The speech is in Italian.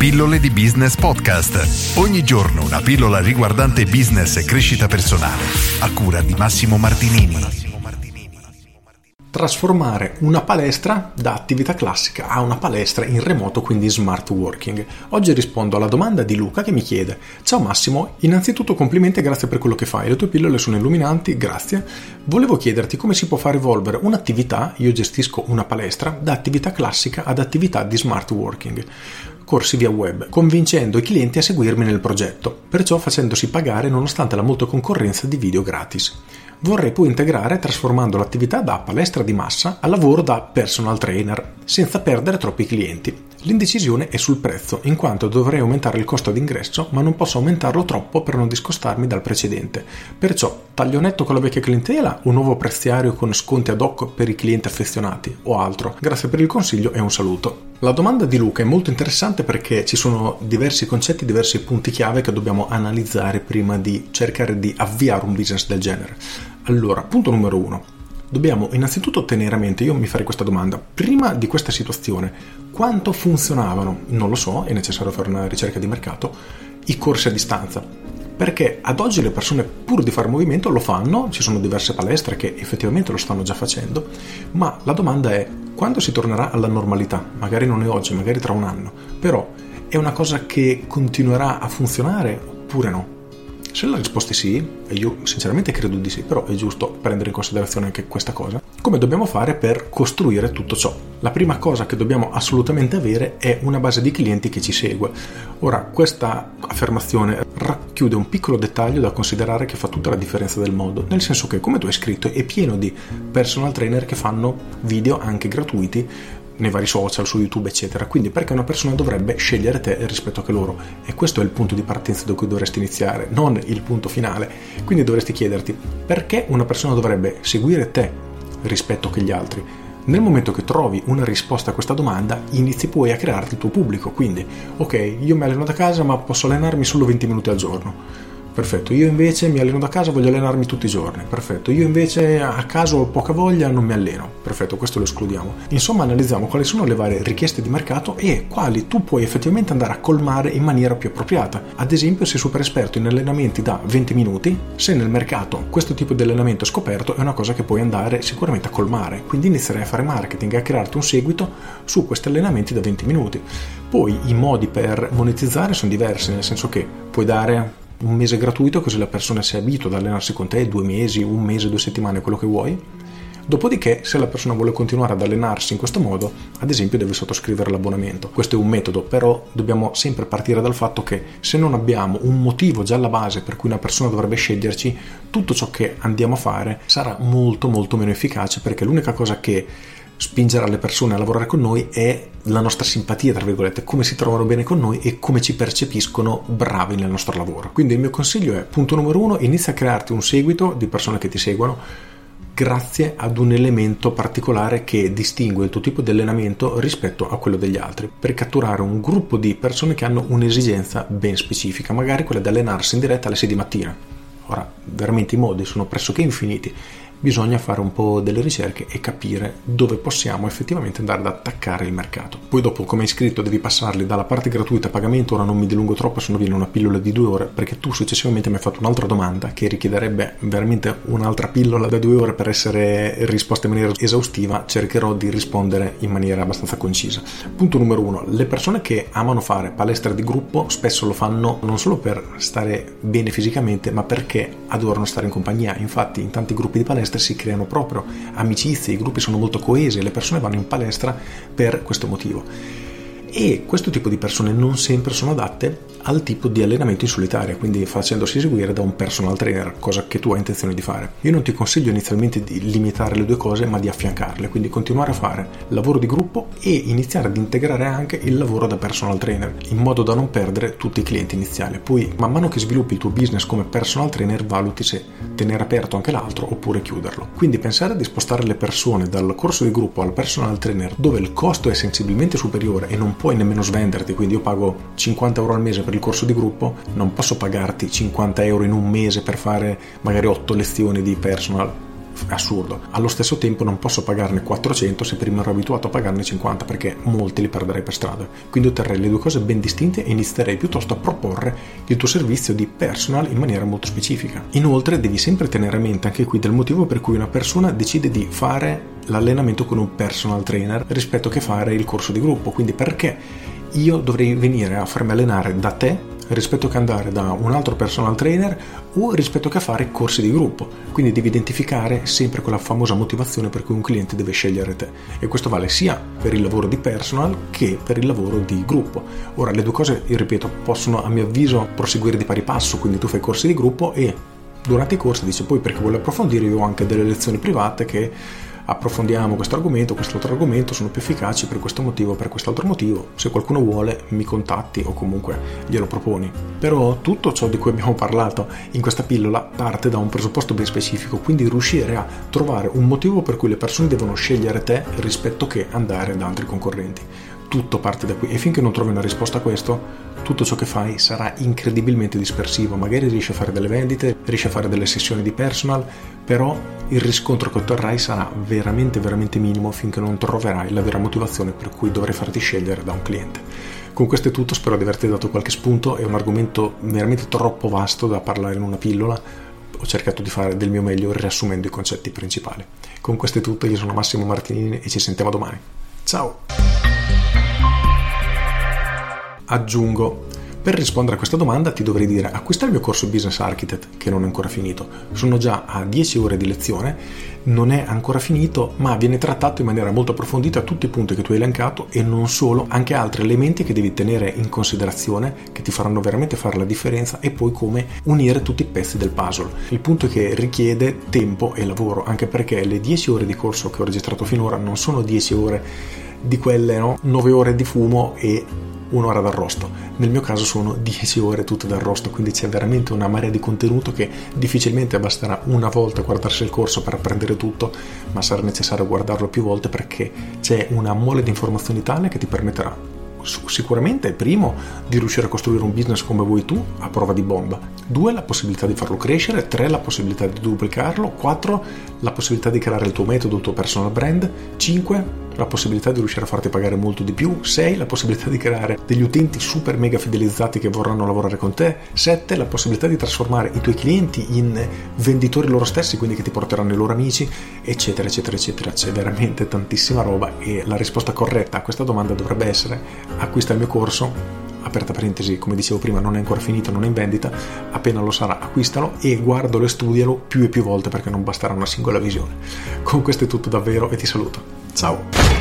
Pillole di Business Podcast. Ogni giorno una pillola riguardante business e crescita personale. A cura di Massimo Martinini. Trasformare una palestra da attività classica a una palestra in remoto, quindi smart working. Oggi rispondo alla domanda di Luca che mi chiede: ciao Massimo, innanzitutto complimenti e grazie per quello che fai, le tue pillole sono illuminanti, grazie. Volevo chiederti come si può far evolvere un'attività, io gestisco una palestra, da attività classica ad attività di smart working. Corsi via web, convincendo i clienti a seguirmi nel progetto, perciò facendosi pagare nonostante la molta concorrenza di video gratis. Vorrei poi integrare trasformando l'attività da palestra di massa a lavoro da personal trainer, senza perdere troppi clienti. L'indecisione è sul prezzo, in quanto dovrei aumentare il costo d'ingresso, ma non posso aumentarlo troppo per non discostarmi dal precedente. Perciò, taglio netto con la vecchia clientela, un nuovo preziario con sconti ad hoc per i clienti affezionati o altro. Grazie per il consiglio e un saluto. La domanda di Luca è molto interessante perché ci sono diversi concetti, diversi punti chiave che dobbiamo analizzare prima di cercare di avviare un business del genere. Allora, punto numero 1. Dobbiamo innanzitutto tenere a mente, io mi farei questa domanda, prima di questa situazione, quanto funzionavano, non lo so, è necessario fare una ricerca di mercato, i corsi a distanza. Perché ad oggi le persone, pur di fare movimento, lo fanno, ci sono diverse palestre che effettivamente lo stanno già facendo, ma la domanda è: quando si tornerà alla normalità? Magari non è oggi, magari tra un anno, però è una cosa che continuerà a funzionare oppure no? Se la risposta è sì, e io sinceramente credo di sì, però è giusto prendere in considerazione anche questa cosa, come dobbiamo fare per costruire tutto ciò? La prima cosa che dobbiamo assolutamente avere è una base di clienti che ci segue. Ora, questa affermazione racchiude un piccolo dettaglio da considerare che fa tutta la differenza del mondo, nel senso che, come tu hai scritto, è pieno di personal trainer che fanno video anche gratuiti nei vari social, su YouTube eccetera, quindi perché una persona dovrebbe scegliere te rispetto a loro? E questo è il punto di partenza da cui dovresti iniziare, non il punto finale. Quindi dovresti chiederti perché una persona dovrebbe seguire te rispetto che gli altri. Nel momento che trovi una risposta a questa domanda, inizi poi a crearti il tuo pubblico. Quindi, ok, io mi alleno da casa ma posso allenarmi solo 20 minuti al giorno. Perfetto, io invece mi alleno da casa, voglio allenarmi tutti i giorni. Perfetto, io invece a caso ho poca voglia, non mi alleno. Perfetto, questo lo escludiamo. Insomma, analizziamo quali sono le varie richieste di mercato e quali tu puoi effettivamente andare a colmare in maniera più appropriata. Ad esempio, sei super esperto in allenamenti da 20 minuti, se nel mercato questo tipo di allenamento è scoperto, è una cosa che puoi andare sicuramente a colmare. Quindi inizierai a fare marketing e a crearti un seguito su questi allenamenti da 20 minuti. Poi i modi per monetizzare sono diversi, nel senso che puoi dare un mese gratuito, così la persona si abitua ad allenarsi con te, 2 mesi, un mese, 2 settimane, quello che vuoi. Dopodiché, se la persona vuole continuare ad allenarsi in questo modo, ad esempio deve sottoscrivere l'abbonamento. Questo è un metodo, però dobbiamo sempre partire dal fatto che se non abbiamo un motivo già alla base per cui una persona dovrebbe sceglierci, tutto ciò che andiamo a fare sarà molto molto meno efficace, perché l'unica cosa che spingerà le persone a lavorare con noi è la nostra simpatia, tra virgolette, come si trovano bene con noi e come ci percepiscono bravi nel nostro lavoro. Quindi il mio consiglio è, punto numero 1, inizia a crearti un seguito di persone che ti seguono grazie ad un elemento particolare che distingue il tuo tipo di allenamento rispetto a quello degli altri, per catturare un gruppo di persone che hanno un'esigenza ben specifica, magari quella di allenarsi in diretta alle 6 di mattina. Ora, veramente i modi sono pressoché infiniti. Bisogna fare un po' delle ricerche e capire dove possiamo effettivamente andare ad attaccare il mercato. Poi dopo, come hai scritto, devi passarli dalla parte gratuita a pagamento. Ora non mi dilungo troppo, se no viene una pillola di 2 ore, perché tu successivamente mi hai fatto un'altra domanda che richiederebbe veramente un'altra pillola da 2 ore per essere risposta in maniera esaustiva. Cercherò di rispondere in maniera abbastanza concisa. Punto numero 1. Le persone che amano fare palestra di gruppo spesso lo fanno non solo per stare bene fisicamente, ma perché adorano stare in compagnia. Infatti in tanti gruppi di palestra si creano proprio amicizie, i gruppi sono molto coesi e le persone vanno in palestra per questo motivo. E questo tipo di persone non sempre sono adatte al tipo di allenamento in solitaria, quindi facendosi seguire da un personal trainer, cosa che tu hai intenzione di fare. Io non ti consiglio inizialmente di limitare le due cose, ma di affiancarle, quindi continuare a fare lavoro di gruppo e iniziare ad integrare anche il lavoro da personal trainer, in modo da non perdere tutti i clienti iniziali. Poi, man mano che sviluppi il tuo business come personal trainer, valuti se tenere aperto anche l'altro oppure chiuderlo. Quindi pensare di spostare le persone dal corso di gruppo al personal trainer, dove il costo è sensibilmente superiore e non puoi nemmeno svenderti, quindi io pago 50 euro al mese per il corso di gruppo, non posso pagarti 50 euro in un mese per fare magari 8 lezioni di personal. È assurdo. Allo stesso tempo non posso pagarne 400 se prima ero abituato a pagarne 50, perché molti li perderei per strada. Quindi otterrei le due cose ben distinte e inizierei piuttosto a proporre il tuo servizio di personal in maniera molto specifica. Inoltre devi sempre tenere a mente anche qui del motivo per cui una persona decide di fare l'allenamento con un personal trainer rispetto che fare il corso di gruppo. Quindi perché io dovrei venire a farmi allenare da te rispetto che andare da un altro personal trainer o rispetto che fare corsi di gruppo. Quindi devi identificare sempre quella famosa motivazione per cui un cliente deve scegliere te, e questo vale sia per il lavoro di personal che per il lavoro di gruppo. Ora, le due cose, io ripeto, possono a mio avviso proseguire di pari passo, quindi tu fai corsi di gruppo e durante i corsi dici poi perché vuole approfondire, io ho anche delle lezioni private che approfondiamo questo argomento, quest'altro argomento, sono più efficaci per questo motivo, per quest'altro motivo. Se qualcuno vuole mi contatti o comunque glielo proponi. Però tutto ciò di cui abbiamo parlato in questa pillola parte da un presupposto ben specifico, quindi riuscire a trovare un motivo per cui le persone devono scegliere te rispetto che andare da altri concorrenti. Tutto parte da qui, e finché non trovi una risposta a questo, tutto ciò che fai sarà incredibilmente dispersivo. Magari riesci a fare delle vendite, riesci a fare delle sessioni di personal, però il riscontro che otterrai sarà veramente minimo finché non troverai la vera motivazione per cui dovrei farti scegliere da un cliente. Con questo è tutto, spero di averti dato qualche spunto. È un argomento veramente troppo vasto da parlare in una pillola. Ho cercato di fare del mio meglio riassumendo i concetti principali. Con questo è tutto, io sono Massimo Martinini e ci sentiamo domani. Ciao! Aggiungo, per rispondere a questa domanda ti dovrei dire: acquista il mio corso Business Architect, che non è ancora finito. Sono già a 10 ore di lezione, non è ancora finito, ma viene trattato in maniera molto approfondita tutti i punti che tu hai elencato, e non solo, anche altri elementi che devi tenere in considerazione, che ti faranno veramente fare la differenza, e poi come unire tutti i pezzi del puzzle. Il punto è che richiede tempo e lavoro, anche perché le 10 ore di corso che ho registrato finora non sono 10 ore di quelle, no? 9 ore di fumo e un'ora d'arrosto. Nel mio caso sono 10 ore tutte d'arrosto, quindi c'è veramente una marea di contenuto che difficilmente basterà una volta guardarsi il corso per apprendere tutto, ma sarà necessario guardarlo più volte, perché c'è una mole di informazioni tale che ti permetterà sicuramente, primo, di riuscire a costruire un business come vuoi tu a prova di bomba, 2, la possibilità di farlo crescere, 3, la possibilità di duplicarlo, 4, la possibilità di creare il tuo metodo, il tuo personal brand, 5, la possibilità di riuscire a farti pagare molto di più, 6, la possibilità di creare degli utenti super mega fidelizzati che vorranno lavorare con te, 7, la possibilità di trasformare i tuoi clienti in venditori loro stessi, quindi che ti porteranno i loro amici, eccetera eccetera eccetera. C'è veramente tantissima roba, e la risposta corretta a questa domanda dovrebbe essere: acquista il mio corso, aperta parentesi, come dicevo prima, non è ancora finito, non è in vendita, appena lo sarà acquistalo e guardalo e studialo più e più volte, perché non basterà una singola visione. Con questo è tutto davvero e ti saluto. Ciao!